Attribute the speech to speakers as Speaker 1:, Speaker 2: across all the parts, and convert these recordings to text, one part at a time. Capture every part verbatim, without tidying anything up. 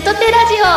Speaker 1: トテラジ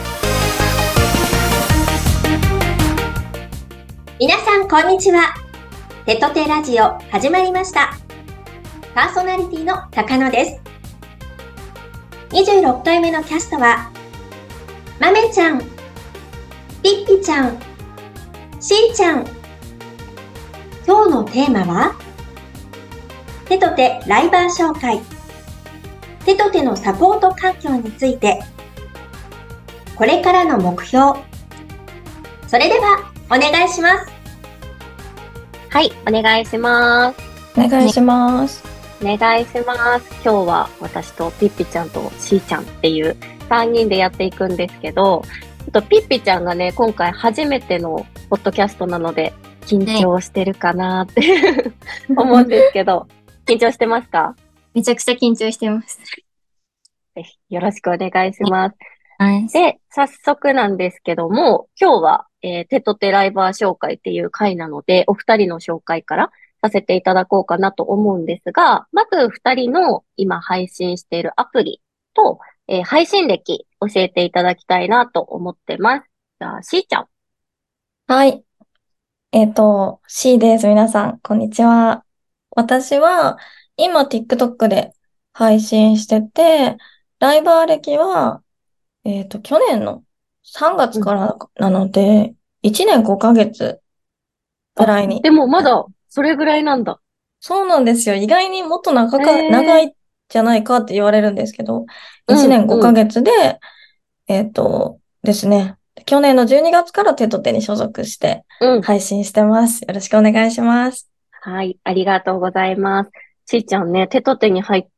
Speaker 1: オ。皆さんこんにちは。テトテラジオ始まりました。パーソナリティの高野です。にじゅうろっかいめのキャストはまめちゃん、ピッピちゃん、しーちゃん。今日のテーマはテトテライバー紹介、テトテのサポート環境について、これからの目標。それではお願いします。
Speaker 2: はい、お願いします。
Speaker 3: お願いします。
Speaker 2: お願いします。今日は私とピッピちゃんとしーちゃんっていうさんにんでやっていくんですけど、ちょっとピッピちゃんがね、今回初めてのポッドキャストなので、緊張してるかなって思うんですけど、緊張してますか？
Speaker 3: めちゃくちゃ緊張してます。
Speaker 2: ぜひよろしくお願いします。
Speaker 3: はい。
Speaker 2: で、早速なんですけども、今日は、えー、テトテライバー紹介っていう回なので、お二人の紹介からさせていただこうかなと思うんですが、まず二人の今配信しているアプリと、えー、配信歴教えていただきたいなと思ってます。じゃあ、しーちゃん。
Speaker 3: はい。えっと、C です。皆さん、こんにちは。私は、今 TikTok で配信してて、ライバー歴は、えっと、去年のさんがつ
Speaker 2: うん。
Speaker 3: からなので、いちねんごかげつぐ
Speaker 2: あ、
Speaker 3: らいに。
Speaker 2: でもまだそれぐらいなんだ。
Speaker 3: そうなんですよ。意外にもっと長
Speaker 2: え
Speaker 3: か、長
Speaker 2: え
Speaker 3: いじゃないかって言われるんですけど、1
Speaker 2: うん、
Speaker 3: 年5
Speaker 2: うん、
Speaker 3: ヶ月で、えっとですね、去年のじゅうにがつからテトテに所属して
Speaker 2: うん。
Speaker 3: 配信してます。よろしくお願いします。
Speaker 2: はい、ありがとうございます。しーちゃんね、テトテに入って、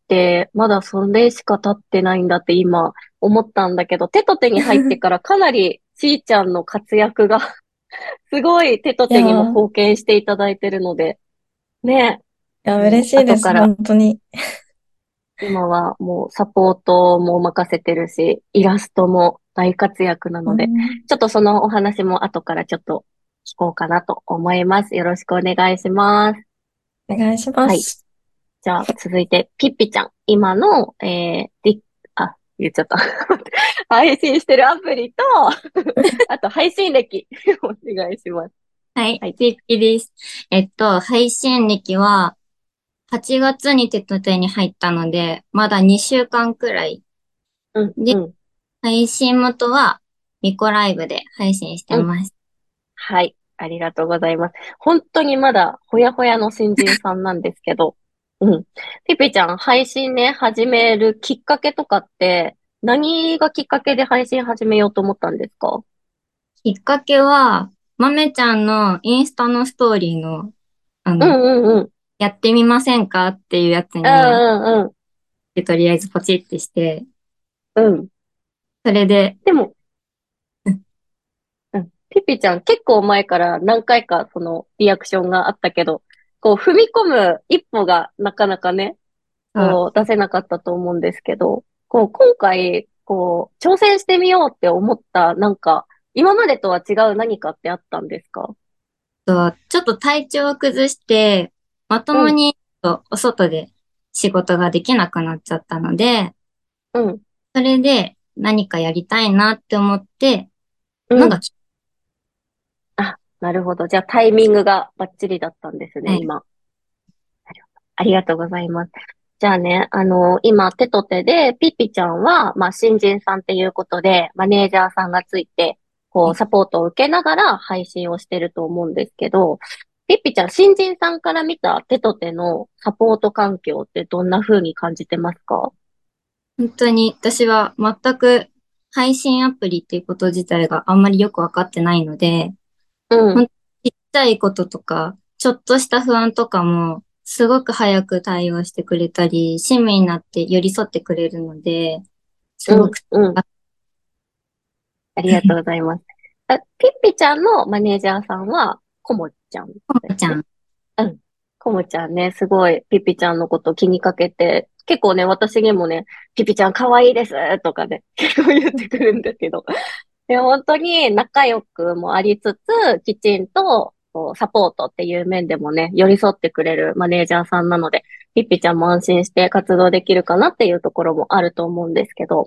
Speaker 2: まだそれしか経ってないんだって今思ったんだけど、テトテに入ってからかなりしーちゃんの活躍がすごいテト
Speaker 3: いや
Speaker 2: テにも
Speaker 3: ー、
Speaker 2: 貢献していただいてるので、ね、
Speaker 3: いや、
Speaker 2: もう
Speaker 3: 嬉しいです。
Speaker 2: 後から
Speaker 3: 本当に。
Speaker 2: 今はもうサポートも任せてるし、イラストも大活躍なので、
Speaker 3: うん、
Speaker 2: ちょっとそのお話も後からちょっと聞こうかなと思います。よろしくお願いします。
Speaker 3: お願いしま
Speaker 2: はい。
Speaker 3: す。
Speaker 2: じゃあ、続いて、ピッピちゃん。今の、えー、ディあ、言っちゃった。配信してるアプリと、あと配信歴、お願いします。
Speaker 4: はい、
Speaker 2: はい。
Speaker 4: ピッピです。えっと、配信歴ははちがつにテトテに入ったので、まだにしゅうかんくらい。
Speaker 2: うん、
Speaker 4: で、
Speaker 2: うん、
Speaker 4: 配信元はミコライブで配信して
Speaker 2: うん。
Speaker 4: ます。
Speaker 2: はい。ありがとうございます。本当にまだ、ほやほやの新人さんなんですけど、うん。ピッピちゃん、配信ね、始めるきっかけとかって、何がきっかけで配信始めようと思ったんですか？
Speaker 4: きっかけは、まめちゃんのインスタのストーリーの、あ
Speaker 2: うん
Speaker 4: の、
Speaker 2: うんうん。
Speaker 4: やってみませんかっていうやつ
Speaker 2: う
Speaker 4: に、
Speaker 2: んうん
Speaker 4: でとりあえずポチってして、
Speaker 2: うん。うん。
Speaker 4: それで、
Speaker 2: でも、うん。ピピちゃん、結構前から何回かそのリアクションがあったけど、こう踏み込む一歩がなかなかね、
Speaker 4: あ、
Speaker 2: こう出せなかったと思うんですけど、こう今回、こう挑戦してみようって思った、なんか、今までとは違う何かってあったんですか？
Speaker 4: とちょっと体調を崩して、まと
Speaker 2: うん、
Speaker 4: もにお外で仕事ができなくなっちゃったので、
Speaker 2: うん、
Speaker 4: それで何かやりたいなって思って、
Speaker 2: うん。
Speaker 4: なんかき、
Speaker 2: あ、なるほど。じゃあタイミングがバッチリだったんですね、
Speaker 4: はい。
Speaker 2: 今。ありがとうございます。じゃあね、あの、今、手と手で、ピッピちゃんは、まあ、新人さんっていうことで、マネージャーさんがついて、こう、サポートを受けながら配信をしてると思うんですけど、ピッピちゃん、新人さんから見た手と手のサポート環境ってどんな風に感じてますか？
Speaker 4: 本当に私は全く配信アプリっていうこと自体があんまりよくわかってないので、
Speaker 2: うん、
Speaker 4: ほんとちっちゃいこととか、ちょっとした不安とかも、すごく早く対応してくれたり、親身になって寄り添ってくれるので、す
Speaker 2: うん、
Speaker 4: ごく、
Speaker 2: うん。
Speaker 4: あ、
Speaker 2: ありがとうございます。あ、ピッピちゃんのマネージャーさんは、コモちゃんですね。
Speaker 4: こもちゃん。
Speaker 2: うん。コムちゃんね、すごい、ピピちゃんのこと気にかけて、結構ね、私にもね、ピピちゃん可愛いですとかね、結構言ってくるんですけど、で、本当に仲良くもありつつ、きちんと、こうサポートっていう面でもね、寄り添ってくれるマネージャーさんなので、ピッピちゃんも安心して活動できるかなっていうところもあると思うんですけど、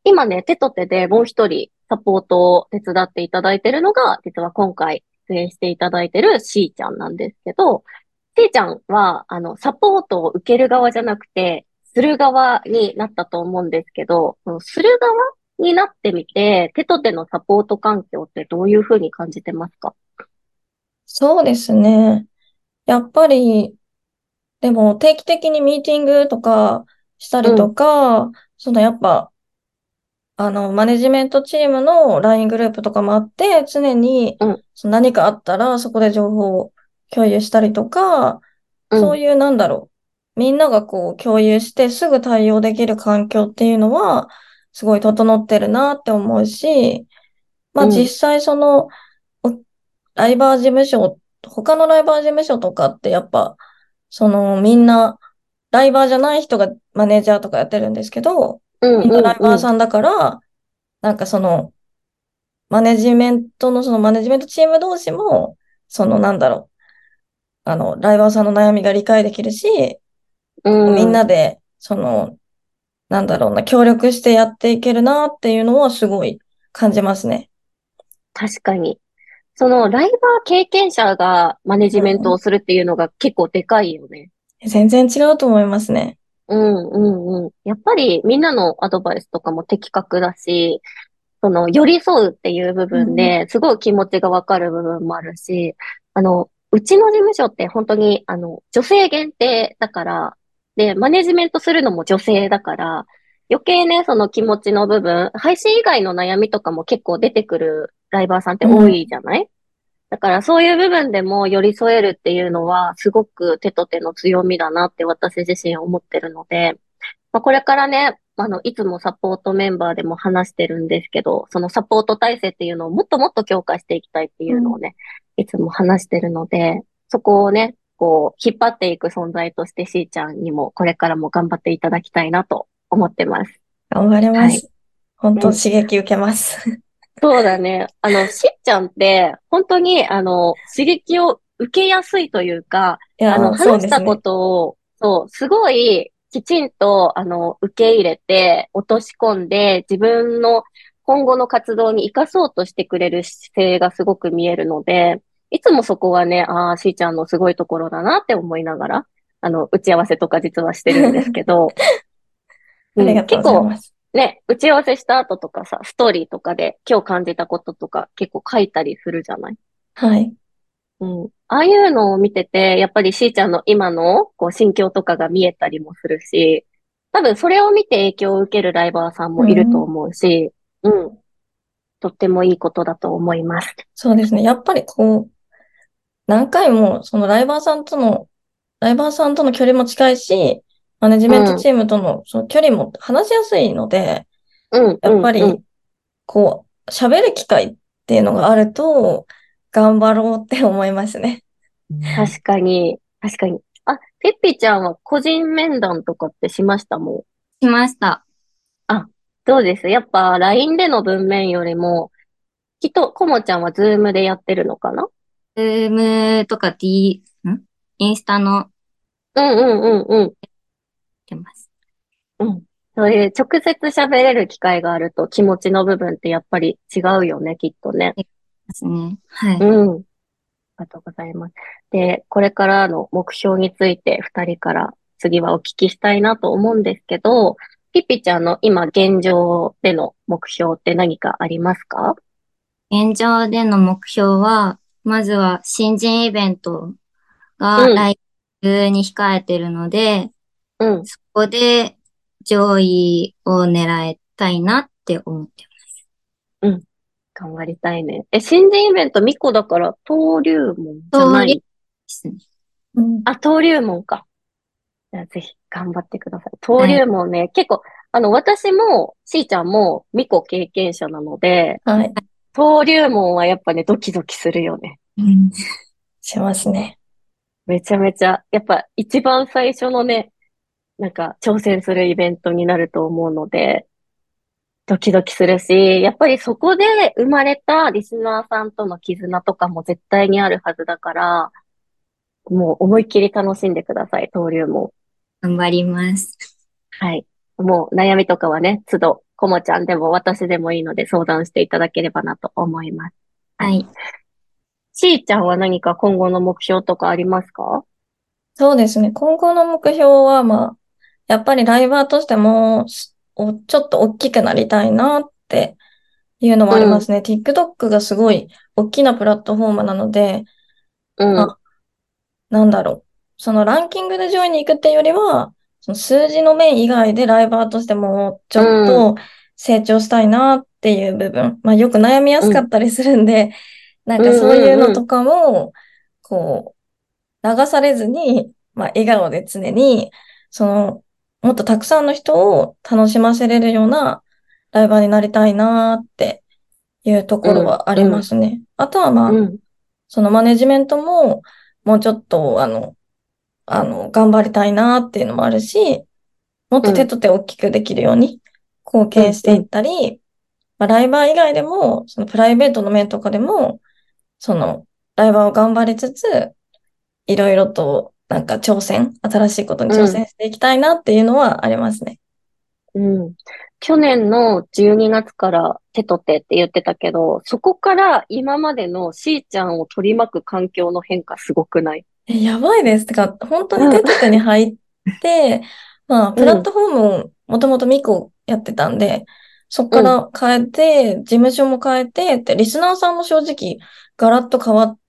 Speaker 2: 今ね、手と手でもう一人サポートを手伝っていただいてるのが、実は今回出演していただいてるしーちゃんなんですけど、しーちゃんは、あの、サポートを受ける側じゃなくて、する側になったと思うんですけど、そのする側になってみて、手と手のサポート環境ってどういうふうに感じてますか？
Speaker 3: そうですね。やっぱり、でも定期的にミーティングとかしたりと
Speaker 2: うん、
Speaker 3: か、そのやっぱ、あの、マネジメントチームの ライン グループとかもあって、常に
Speaker 2: うん、
Speaker 3: その何かあったらそこで情報を共有したりとか、
Speaker 2: うん、
Speaker 3: そういうなんだろう。みんながこう共有してすぐ対応できる環境っていうのは、すごい整ってるなって思うし、まあ実
Speaker 2: うん、
Speaker 3: 際その、おライバー事務所、他のライバー事務所とかってやっぱ、そのみんな、ライバーじゃない人がマネージャーとかやってるんですけど、
Speaker 2: うん、
Speaker 3: みんなライ
Speaker 2: うん、うん。
Speaker 3: バーさんだから、なんかその、マネジメントのそのマネジメントチーム同士も、そのなんだろう、あの、ライバーさんの悩みが理解できるし、
Speaker 2: う
Speaker 3: みん
Speaker 2: ん、
Speaker 3: なで、その、なんだろうな、協力してやっていけるなっていうのはすごい感じますね。
Speaker 2: 確かに。その、ライバー経験者がマネジメント
Speaker 3: うん、
Speaker 2: をするっていうのが結構でかいよね。
Speaker 3: 全然違うと思いますね。
Speaker 2: うん、うん、うん。やっぱりみんなのアドバイスとかも的確だし、その、寄り添うっていう部
Speaker 3: うん、
Speaker 2: 分で、すごい気持ちがわかる部分もあるし、あの、うちの事務所って本当に、あの、女性限定だから、で、マネジメントするのも女性だから、余計ね、その気持ちの部分、配信以外の悩みとかも結構出てくるライバーさんって多
Speaker 3: うん、
Speaker 2: いじゃない？だからそういう部分でも寄り添えるっていうのは、すごく手と手の強みだなって私自身思ってるので、まあ、これからね、あの、いつもサポートメンバーでも話してるんですけど、そのサポート体制っていうのをもっともっと強化していきたいって
Speaker 3: うん。
Speaker 2: いうのをね、いつも話してるので、そこをね、こう、引っ張っていく存在としてしーちゃんにもこれからも頑張っていただきたいなと思ってます。
Speaker 3: 頑張りま
Speaker 2: はい。
Speaker 3: す。本当
Speaker 2: うん。
Speaker 3: 刺激受けます。
Speaker 2: そうだね。あの、しっちゃんって、本当に、あの、刺激を受けやすいというか、あの、
Speaker 3: いやー、そう
Speaker 2: 話したこ
Speaker 3: ですね。
Speaker 2: とを、そう、すごい、きちんと、あの、受け入れて、落とし込んで、自分の今後の活動に活かそうとしてくれる姿勢がすごく見えるので、いつもそこはね、ああ、しーちゃんのすごいところだなって思いながら、あの、打ち合わせとか実はしてるんですけど、うん、
Speaker 3: ありがとう
Speaker 2: 結構、
Speaker 3: ございます。
Speaker 2: ね、打ち合わせした後とかさ、ストーリーとかで今日感じたこととか結構書いたりするじゃない？
Speaker 3: はい。
Speaker 2: うん。ああいうのを見てて、やっぱりしーちゃんの今のこう心境とかが見えたりもするし、多分それを見て影響を受けるライバーさんもいると
Speaker 3: うん。
Speaker 2: 思うし、うん。とってもいいことだと思います。
Speaker 3: そうですね。やっぱりこう、何回もそのライバーさんとの、ライバーさんとの距離も近いし、マネジ
Speaker 2: うん、
Speaker 3: メントチームとのその距離も話しやすいので、
Speaker 2: うん、
Speaker 3: やっ
Speaker 2: うん、うん。
Speaker 3: ぱりこう、喋る機会っていうのがあると、頑張ろうって思いますね。
Speaker 2: 確かに、確かに。あ、てっぴちゃんは個人面談とかってしましたもん？
Speaker 4: しました。
Speaker 2: あ、どうですやっぱ ライン での文面よりも、きっと、こもちゃんはズームでやってるのかな？
Speaker 4: ズームとか D、んインスタの
Speaker 2: うんうんうんうん。
Speaker 4: 出ます。
Speaker 2: うん。そういう直接喋れる機会があると気持ちの部分ってやっぱり違うよね、きっとね。
Speaker 4: ですね。は
Speaker 2: う
Speaker 4: い。
Speaker 2: ん。ありがとうございます。で、これからの目標について二人から次はお聞きしたいなと思うんですけど、ピッピちゃんの今現状での目標って何かありますか？
Speaker 4: 現状での目標は、まずは新人イベントが
Speaker 2: うん、
Speaker 4: 来週に控えてるので、
Speaker 2: うん、
Speaker 4: そこで上位を狙いたいなって思って
Speaker 2: うん。頑張りたいね。え、新人イベントみこだから登竜門じゃ
Speaker 4: ます。通りで
Speaker 2: ない？
Speaker 4: すね。
Speaker 3: うん。
Speaker 2: あ、登竜門か。じゃあぜひ頑張ってください。登
Speaker 4: はい。
Speaker 2: 竜門ね、結構、あの、私も、しーちゃんも、みこ経験者なので、
Speaker 3: はい。
Speaker 2: 登竜門はやっぱね、ドキドキするよね。
Speaker 4: うん。
Speaker 3: しますね。
Speaker 2: めちゃめちゃ、やっぱ一番最初のね、なんか挑戦するイベントになると思うので、ドキドキするし、やっぱりそこで生まれたリスナーさんとの絆とかも絶対にあるはずだから、もう思いっきり楽しんでください、登竜門。
Speaker 4: 頑張ります。
Speaker 2: はい。もう悩みとかはね、都度こもちゃんでも私でもいいので相談していただければなと思います。
Speaker 4: はい。
Speaker 2: しーちゃんは何か今後の目標とかありますか？
Speaker 3: そうですね。今後の目標は、まあ、やっぱりライバーとしても、すおちょっと大きくなりたいなっていうのも
Speaker 2: うん、
Speaker 3: ありますね。TikTok がすごい大きなプラットフォームなので、
Speaker 2: うん、
Speaker 3: まあ、なんだろう。そのランキングで上位に行くっていうよりは、その数字の面以外でライバーとしてもちょ
Speaker 2: うん、
Speaker 3: っと成長したいなっていう部分。まあよく悩みやす
Speaker 2: うん、
Speaker 3: かったりするんで、なん
Speaker 2: うん、
Speaker 3: かそういう
Speaker 2: うん、うん、
Speaker 3: のとかも、こう、流されずに、まあ笑顔で常に、その、もっとたくさんの人を楽しませれるようなライバーになりたいなっていうところ
Speaker 2: うん、
Speaker 3: はありま
Speaker 2: うん、
Speaker 3: すね。あとはまあ、
Speaker 2: うん、
Speaker 3: そのマネジメントも、もうちょっと、あの、あの、頑張りたいなっていうのもあるし、もっと手
Speaker 2: うん、
Speaker 3: と手を大きくできるように貢
Speaker 2: うん、
Speaker 3: 献していったり、まあ、ライバー以外でも、そのプライベートの面とかでも、その、ライバーを頑張りつつ、いろいろと、なんか挑戦、新しいことに
Speaker 2: うん、
Speaker 3: 挑戦していきたいなっていうのはありますね。
Speaker 2: うん。去年のじゅうにがつから手と手って言ってたけど、そこから今までのしーちゃんを取り巻く環境の変化すごくない？
Speaker 3: え、やばいです。てか、本当に
Speaker 2: うん、
Speaker 3: 手と手に入って、まあ、
Speaker 2: うん、
Speaker 3: プラットフォームをもともとミコやってたんで、そこか
Speaker 2: うん、
Speaker 3: ら変えて、事務所も変えて、ってリスナーさんも正直ガラッと変わって、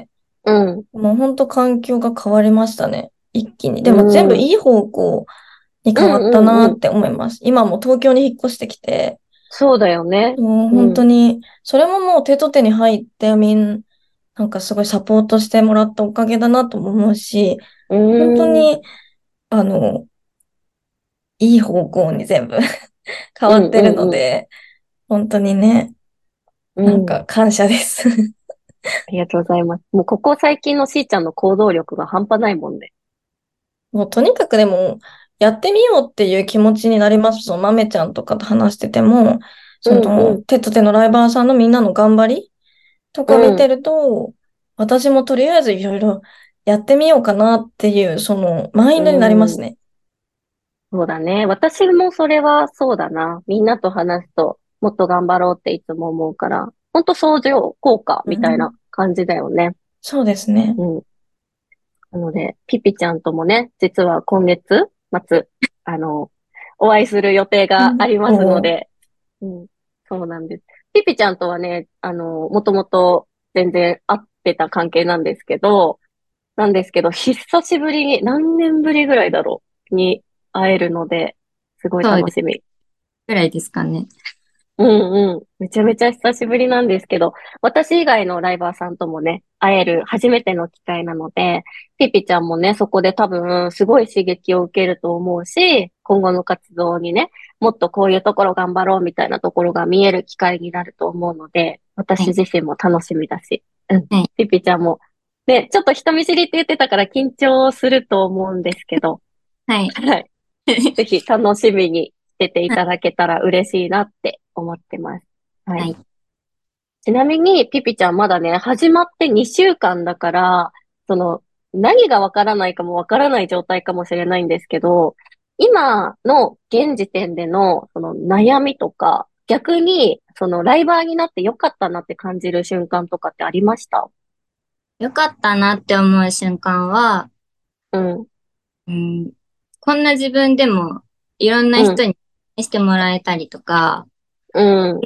Speaker 2: うん、
Speaker 3: もう本当環境が変わりましたね。一気に。で
Speaker 2: うん、うん、
Speaker 3: も全部いい方向に
Speaker 2: う
Speaker 3: 変わった
Speaker 2: ん、うん。
Speaker 3: なって思います。今も東京に引っ越してきて、
Speaker 2: そうだよね。
Speaker 3: もう
Speaker 2: うん、
Speaker 3: 本当に、それももう手と手に入って、みん、なんかすごいサポートしてもらったおかげだなとも思うし、
Speaker 2: う
Speaker 3: 本当
Speaker 2: ん、
Speaker 3: に、あの、いい方向に全部変
Speaker 2: うん、
Speaker 3: わってる
Speaker 2: うん、うん。
Speaker 3: ので、本当にね、
Speaker 2: うん。
Speaker 3: なんか感謝です。
Speaker 2: ありがとうございます。もうここ最近のしーちゃんの行動力が半端ないもんね。
Speaker 3: もうとにかくでも、やってみようっていう気持ちになります。その豆ちゃんとかと話してても、そ
Speaker 2: うんう
Speaker 3: の
Speaker 2: ん、
Speaker 3: 手と手のライバーさんのみんなの頑張りと
Speaker 2: うん、
Speaker 3: か見てると、私もとりあえずいろいろやってみようかなっていう、そのマイ
Speaker 2: う
Speaker 3: ンドになります
Speaker 2: ん。
Speaker 3: ね。
Speaker 2: そうだね。私もそれはそうだな。みんなと話すともっと頑張ろうっていつも思うから、ほんと相乗効果みたいな
Speaker 3: うん、
Speaker 2: 感じだよね。
Speaker 3: そうですね。
Speaker 2: うん。なので、ピピちゃんともね、実は今月末、あの、お会いする予定
Speaker 3: うん、
Speaker 2: がありますの
Speaker 3: おー、
Speaker 2: で、うん、そうなんです。ピピちゃんとはね、あの、もともと全然会ってた関係なんですけど、なんですけど、久しぶりに、何年ぶりぐらいだろうに会えるので、すごい
Speaker 4: そうです。
Speaker 2: 楽しみ。
Speaker 4: ぐらいですかね。
Speaker 2: うんうん。めちゃめちゃ久しぶりなんですけど、私以外のライバーさんともね、会える初めての機会なので、ピピちゃんもね、そこで多分すごい刺激を受けると思うし、今後の活動にね、もっとこういうところ頑張ろうみたいなところが見える機会になると思うので、私
Speaker 4: はい。
Speaker 2: 自身も楽しみだし、うん。
Speaker 4: はい。
Speaker 2: ピピちゃんも、ね、ちょっと人見知りって言ってたから緊張すると思うんですけど、
Speaker 4: はい。
Speaker 2: はい。ぜひ楽しみにしてていただけたら嬉しいなって思ってます。はい。
Speaker 4: はい。
Speaker 2: ちなみに、ピピちゃんまだね、始まってにしゅうかんだから、その、何がわからないかもわからない状態かもしれないんですけど、今の現時点での、その悩みとか、逆に、そのライバーになってよかったなって感じる瞬間とかってありました？
Speaker 4: よかったなって思う瞬間は、
Speaker 2: うん、
Speaker 4: うん、こんな自分でもいろんな
Speaker 2: うん、
Speaker 4: 人にしてもらえたりとか、
Speaker 2: うん、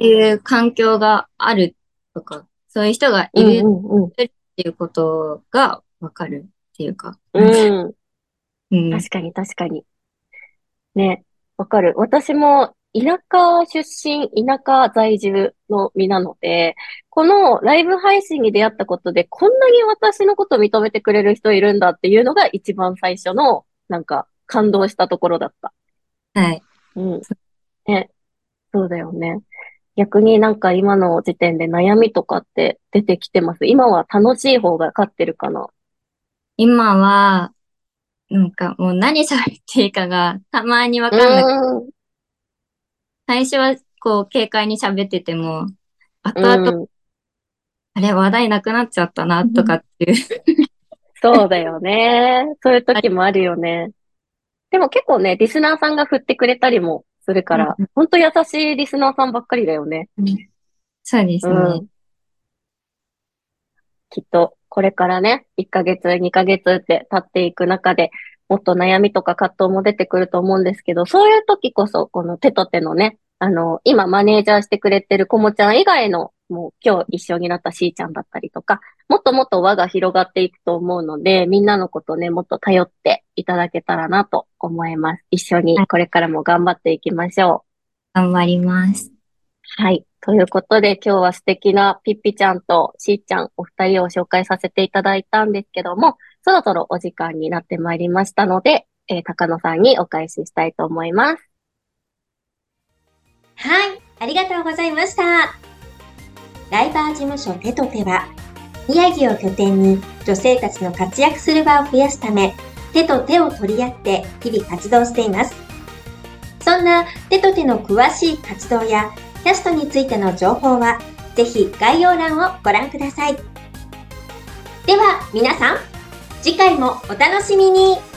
Speaker 4: っていう環境があるとか、そういう人が
Speaker 2: うん、
Speaker 4: いる
Speaker 2: うん、うん、
Speaker 4: っていうことがわかるっていうか、なんか、
Speaker 2: うん。
Speaker 4: うん、
Speaker 2: 確かに確かに。ね、わかる。私も田舎出身、田舎在住の身なので、このライブ配信に出会ったことで、こんなに私のこと認めてくれる人いるんだっていうのが一番最初の、なんか、感動したところだった。
Speaker 4: はい。
Speaker 2: うん。ね、そうだよね。逆になんか今の時点で悩みとかって出てきてます？今は楽しい方が勝ってるかな？
Speaker 4: 今は、なんかもう何喋っていいかがたまにわ
Speaker 2: う
Speaker 4: かんなく、
Speaker 2: ーん、
Speaker 4: 最初はこう軽快に喋ってても、
Speaker 2: う
Speaker 4: 後々、
Speaker 2: ん。
Speaker 4: あれ話題なくなっちゃったなとか
Speaker 3: うん、
Speaker 4: っていう、
Speaker 2: そうだよね。そういう
Speaker 4: あれ、
Speaker 2: 時もあるよね。でも結構ね、リスナーさんが振ってくれたりもするから、
Speaker 4: うん
Speaker 2: ほんと優しいリスナーさんばっかりだよね。
Speaker 4: うんそうです
Speaker 2: う
Speaker 4: ね。
Speaker 2: ん。きっと、これからね、いっかげつ、にかげつって経っていく中で、もっと悩みとか葛藤も出てくると思うんですけど、そういう時こそ、この手と手のね、あの、今マネージャーしてくれてるこもちゃん以外の、もう今日一緒になったしーちゃんだったりとか、もっともっと輪が広がっていくと思うので、みんなのことね、もっと頼っていただけたらなと思います。一緒に
Speaker 4: はい
Speaker 2: これからも頑張っていきましょう。
Speaker 4: 頑張ります。
Speaker 2: はい。ということで、今日は素敵なピッピちゃんとしーちゃん、お二人を紹介させていただいたんですけども、そろそろお時間になってまいりましたので、えー高野さんにお返ししたいと思います。
Speaker 1: はい、ありがとうございました。ライバー事務所手と手は、宮城を拠点に女性たちの活躍する場を増やすため、手と手を取り合って日々活動しています。そんな手と手の詳しい活動やキャストについての情報は、ぜひ概要欄をご覧ください。では皆さん、次回もお楽しみに。